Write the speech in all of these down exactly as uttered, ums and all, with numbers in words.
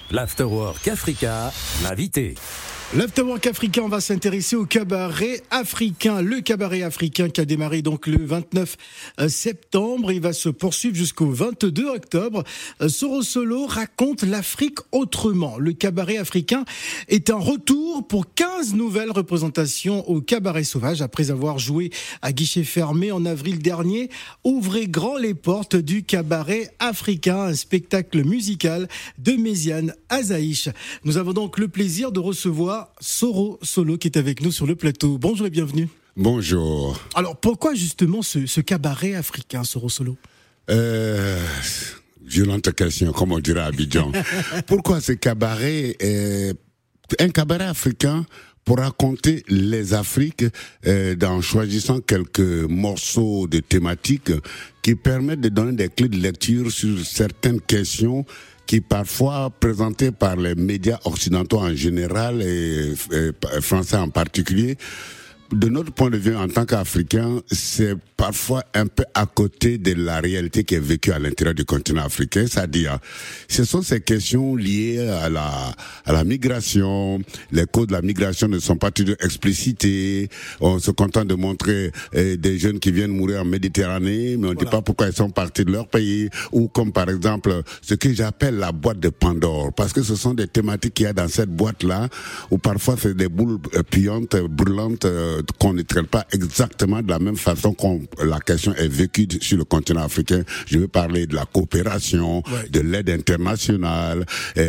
L'Afterwork Africa, l'invité. L'Afterwork Africain, on va s'intéresser au cabaret africain. Le cabaret africain qui a démarré donc le vingt-neuf septembre. Il va se poursuivre jusqu'au vingt-deux octobre. Soro Solo raconte l'Afrique autrement. Le cabaret africain est un retour pour quinze nouvelles représentations au cabaret sauvage. Après avoir joué à guichet fermé en avril dernier, ouvrez grand les portes du cabaret africain, un spectacle musical de Méziane Azaïch. Nous avons donc le plaisir de recevoir Soro Solo qui est avec nous sur le plateau. Bonjour et bienvenue. Bonjour. Alors pourquoi justement ce, ce cabaret africain, Soro Solo ? euh, Violente question, comme on dirait à Abidjan. Pourquoi ce cabaret est un cabaret africain pour raconter les Afriques euh, en choisissant quelques morceaux de thématiques qui permettent de donner des clés de lecture sur certaines questions qui parfois présentées par les médias occidentaux en général et, et français en particulier. De notre point de vue en tant qu'Africains, c'est parfois un peu à côté de la réalité qui est vécue à l'intérieur du continent africain, c'est-à-dire, ce sont ces questions liées à la à la migration. Les causes de la migration ne sont pas toujours explicitées. On se contente de montrer eh, des jeunes qui viennent mourir en Méditerranée, mais on ne voilà. dit pas pourquoi ils sont partis de leur pays. Ou comme par exemple, ce que j'appelle la boîte de Pandore, parce que ce sont des thématiques qu'il y a dans cette boîte-là, où parfois c'est des boules puantes, brûlantes, euh, qu'on ne traite pas exactement de la même façon qu'on la question est vécue sur le continent africain. Je veux parler de la coopération, ouais. de l'aide internationale,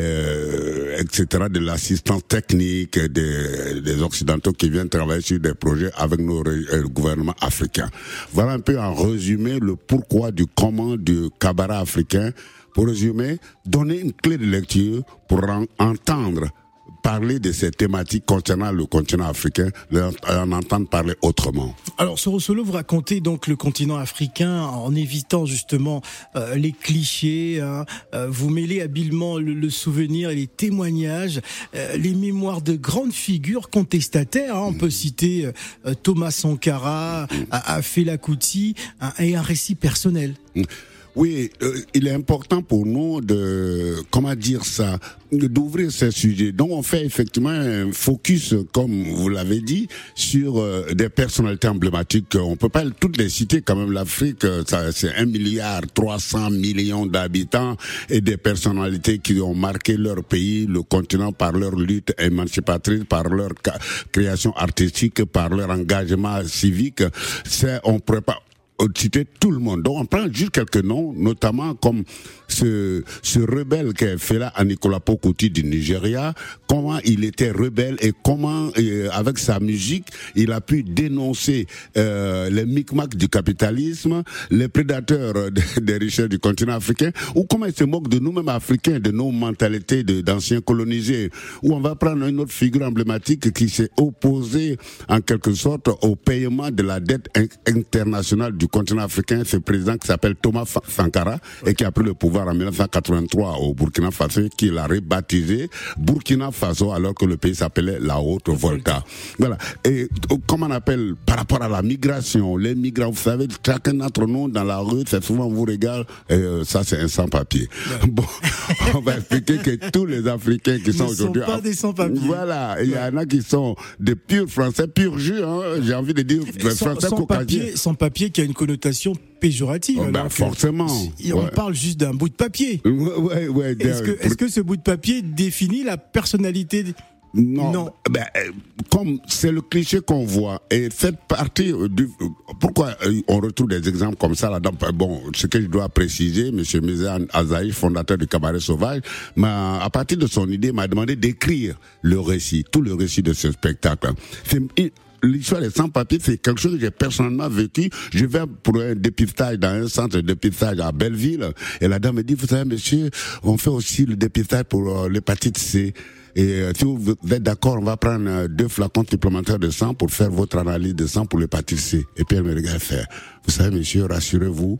euh, et cetera, de l'assistance technique des, des Occidentaux qui viennent travailler sur des projets avec nos euh, gouvernements africains. Voilà un peu en résumé le pourquoi du comment du cabaret africain. Pour résumer, donner une clé de lecture pour en, entendre parler de ces thématiques concernant le continent africain, en entendre parler autrement. Alors, Soro Solo, vous racontez donc le continent africain en évitant justement euh, les clichés, hein, euh, vous mêlez habilement le, le souvenir et les témoignages, euh, les mémoires de grandes figures contestataires, hein, on mmh. peut citer euh, Thomas Sankara, mmh. Fela Kuti, hein, et un récit personnel. Mmh. Oui, euh, il est important pour nous de, comment dire ça, d'ouvrir ces sujets. Donc on fait effectivement un focus, comme vous l'avez dit, sur euh, des personnalités emblématiques. On peut pas toutes les citer quand même. L'Afrique, ça, c'est un milliard trois cents millions d'habitants et des personnalités qui ont marqué leur pays, le continent par leur lutte émancipatrice, par leur création artistique, par leur engagement civique. C'est, on pourrait pas citer tout le monde. Donc on prend juste quelques noms, notamment comme ce, ce rebelle qui est Fela Anikulapo Kuti du Nigeria, comment il était rebelle et comment, euh, avec sa musique, il a pu dénoncer euh, les micmacs du capitalisme, les prédateurs de, des richesses du continent africain, ou comment il se moque de nous-mêmes Africains, de nos mentalités de, d'anciens colonisés, ou on va prendre une autre figure emblématique qui s'est opposée en quelque sorte au paiement de la dette internationale du continent africain, ce président qui s'appelle Thomas Sankara et qui a pris le pouvoir en dix-neuf cent quatre-vingt-trois au Burkina Faso, qui l'a rebaptisé Burkina Faso alors que le pays s'appelait la Haute-Volta. Voilà. Et comment on appelle par rapport à la migration, les migrants, vous savez, chacun d'entre nous dans la rue, c'est souvent on vous regarde, et euh, ça c'est un sans-papier. Ouais. Bon, on va expliquer que tous les Africains qui sont ne aujourd'hui, sont pas des sans-papiers. Voilà, il ouais. y en a qui sont des purs Français, purs jus, hein, j'ai envie de dire, des Français sans, sans papier, sans papier qui a une connotation péjorative. Oh ben forcément. Que, on ouais. parle juste d'un bout de papier. Ouais, ouais, ouais, est-ce, que, est-ce que ce bout de papier définit la personnalité de... Non, non. Ben, comme c'est le cliché qu'on voit, et cette partie du, pourquoi on retrouve des exemples comme ça là-dedans. Bon, ce que je dois préciser, monsieur Méziane Azaïch, fondateur du Cabaret Sauvage, m'a, à partir de son idée, m'a demandé d'écrire le récit, tout le récit de ce spectacle. C'est, l'histoire des sans-papiers, c'est quelque chose que j'ai personnellement vécu. Je vais pour un dépistage dans un centre de dépistage à Belleville, et la dame me dit, vous savez, monsieur, on fait aussi le dépistage pour euh, l'hépatite C. Et euh, si vous êtes d'accord, on va prendre euh, deux flacons supplémentaires de sang pour faire votre analyse de sang pour l'hépatite C. Et puis elle me regarde faire. Vous savez, monsieur, rassurez-vous,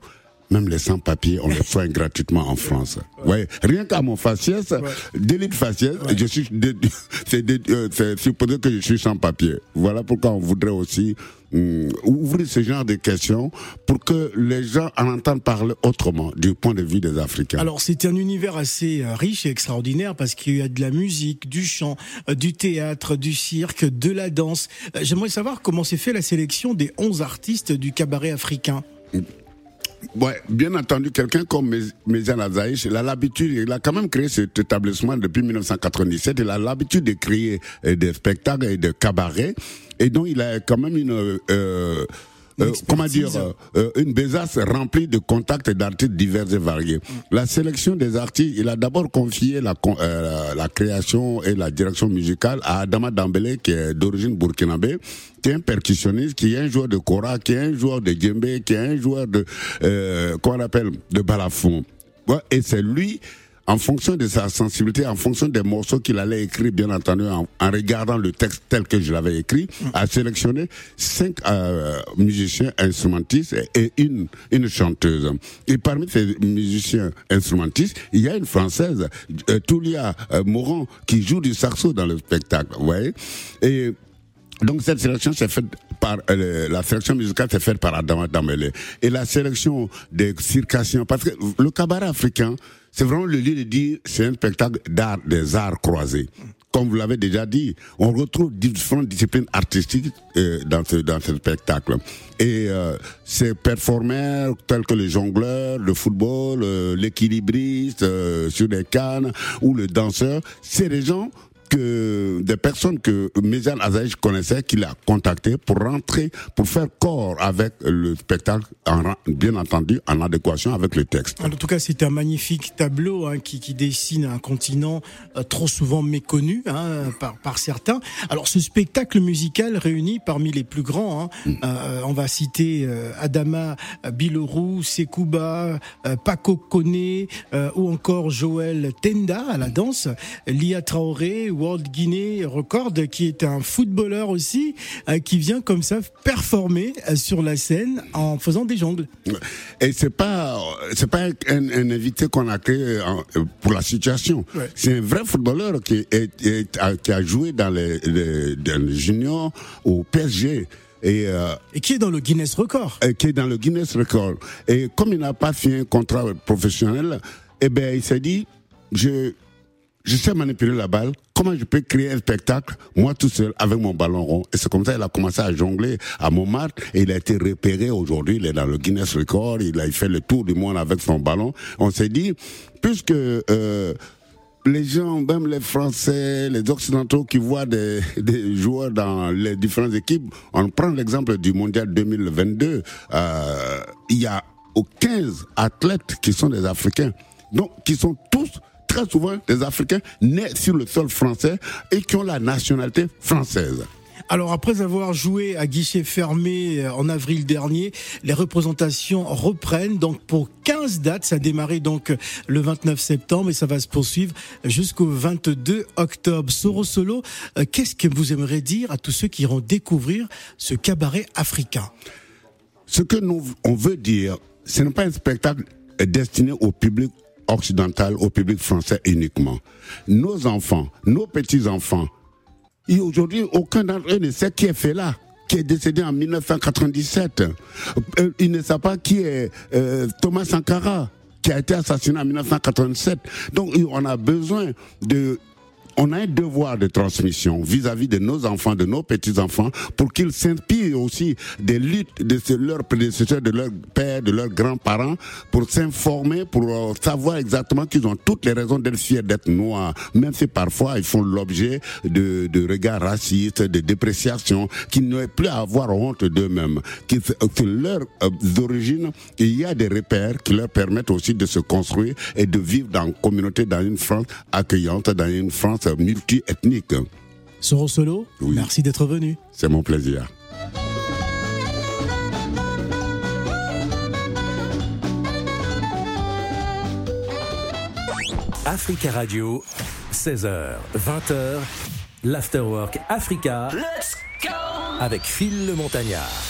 même les sans-papiers, on les soigne gratuitement en France. Ouais. Ouais. Rien qu'à mon faciès, ouais. délit de faciès, ouais. je suis, de, c'est, de, euh, c'est supposé que je suis sans-papier. Voilà pourquoi on voudrait aussi hum, ouvrir ce genre de questions pour que les gens en entendent parler autrement du point de vue des Africains. Alors c'est un univers assez euh, riche et extraordinaire parce qu'il y a de la musique, du chant, euh, du théâtre, du cirque, de la danse. Euh, j'aimerais savoir comment s'est fait la sélection des onze artistes du cabaret africain. Ouais, bien entendu, quelqu'un comme Méziane Azaïch, il a l'habitude, il a quand même créé cet établissement depuis dix-neuf cent quatre-vingt-dix-sept, il a l'habitude de créer euh, des spectacles et des cabarets, et donc il a quand même une... Euh, Euh, comment dire, euh, une besace remplie de contacts et d'artistes divers et variés. Mm. La sélection des artistes, il a d'abord confié la, euh, la création et la direction musicale à Adama Dambélé, qui est d'origine burkinabé, qui est un percussionniste, qui est un joueur de kora, qui est un joueur de djembé, qui est un joueur de, euh, qu'on appelle, de balafon. Ouais, et c'est lui, en fonction de sa sensibilité, en fonction des morceaux qu'il allait écrire, bien entendu, en, en regardant le texte tel que je l'avais écrit, a sélectionné cinq euh, musiciens instrumentistes et une une chanteuse. Et parmi ces musiciens instrumentistes, il y a une Française, euh, Toulia euh, Moran, qui joue du saxo dans le spectacle. Vous voyez ? Et donc cette sélection s'est faite par euh, la sélection musicale s'est faite par Adama Dambélé et la sélection des circassiens, parce que le cabaret africain, c'est vraiment le lieu de dire c'est un spectacle d'art, des arts croisés. Comme vous l'avez déjà dit, on retrouve différentes disciplines artistiques euh, dans ce dans ce spectacle. Et euh, ces performeurs tels que les jongleurs, le football, euh, l'équilibriste euh, sur des cannes ou le danseur, c'est des gens que des personnes que Méziane Azaïch connaissait, qu'il a contacté pour rentrer, pour faire corps avec le spectacle, en, bien entendu, en adéquation avec le texte. En tout cas, c'est un magnifique tableau hein, qui, qui dessine un continent euh, trop souvent méconnu hein, par, par certains. Alors, ce spectacle musical réunit parmi les plus grands, hein, mm. euh, on va citer euh, Adama Bilorou, Sekouba, euh, Paco Koné, euh, ou encore Joël Tenda à la danse, Lia Traoré, World Guinée Record, qui est un footballeur aussi, euh, qui vient comme ça performer euh, sur la scène en faisant des jongles. Et c'est pas, c'est pas un, un invité qu'on a créé en, pour la situation. Ouais. C'est un vrai footballeur qui est, est, a, qui a joué dans les, les, dans les juniors au P S G. Et, euh, et qui est dans le Guinness Record. Et qui est dans le Guinness Record. Et comme il n'a pas fait un contrat professionnel, eh ben, il s'est dit, je, je sais manipuler la balle, comment je peux créer un spectacle, moi tout seul, avec mon ballon rond. Et c'est comme ça qu'il a commencé à jongler à Montmartre, et il a été repéré aujourd'hui, il est dans le Guinness Record, il a fait le tour du monde avec son ballon. On s'est dit, puisque euh, les gens, même les Français, les Occidentaux qui voient des, des joueurs dans les différentes équipes, on prend l'exemple du Mondial deux mille vingt-deux, euh, il y a quinze athlètes qui sont des Africains, donc qui sont tous très souvent des Africains nés sur le sol français et qui ont la nationalité française. Alors après avoir joué à guichet fermé en avril dernier, les représentations reprennent donc pour quinze dates. Ça a démarré donc le vingt-neuf septembre et ça va se poursuivre jusqu'au vingt-deux octobre. Soro Solo, qu'est-ce que vous aimeriez dire à tous ceux qui iront découvrir ce cabaret africain ? Ce que nous on veut dire, ce n'est pas un spectacle destiné au public occidental, au public français uniquement. Nos enfants, nos petits-enfants, et aujourd'hui, aucun d'entre eux ne sait qui est Fela, qui est décédé en dix-neuf cent quatre-vingt-dix-sept. Euh, il ne sait pas qui est euh, Thomas Sankara, qui a été assassiné en dix-neuf cent quatre-vingt-sept. Donc, on a besoin de... On a un devoir de transmission vis-à-vis de nos enfants, de nos petits-enfants, pour qu'ils s'inspirent aussi des luttes de leurs prédécesseurs, de leurs pères, de leurs grands-parents, pour s'informer, pour savoir exactement qu'ils ont toutes les raisons d'être fiers d'être noirs, même si parfois ils font l'objet de, de regards racistes, de dépréciation, qu'ils n'aient plus à avoir honte d'eux-mêmes, que leurs origines, il y a des repères qui leur permettent aussi de se construire et de vivre dans une communauté, dans une France accueillante, dans une France multi-ethnique. Soro Solo, oui. Merci d'être venu. C'est mon plaisir. Africa Radio, seize heures, vingt heures, l'Afterwork Africa. Let's go avec Phil le Montagnard.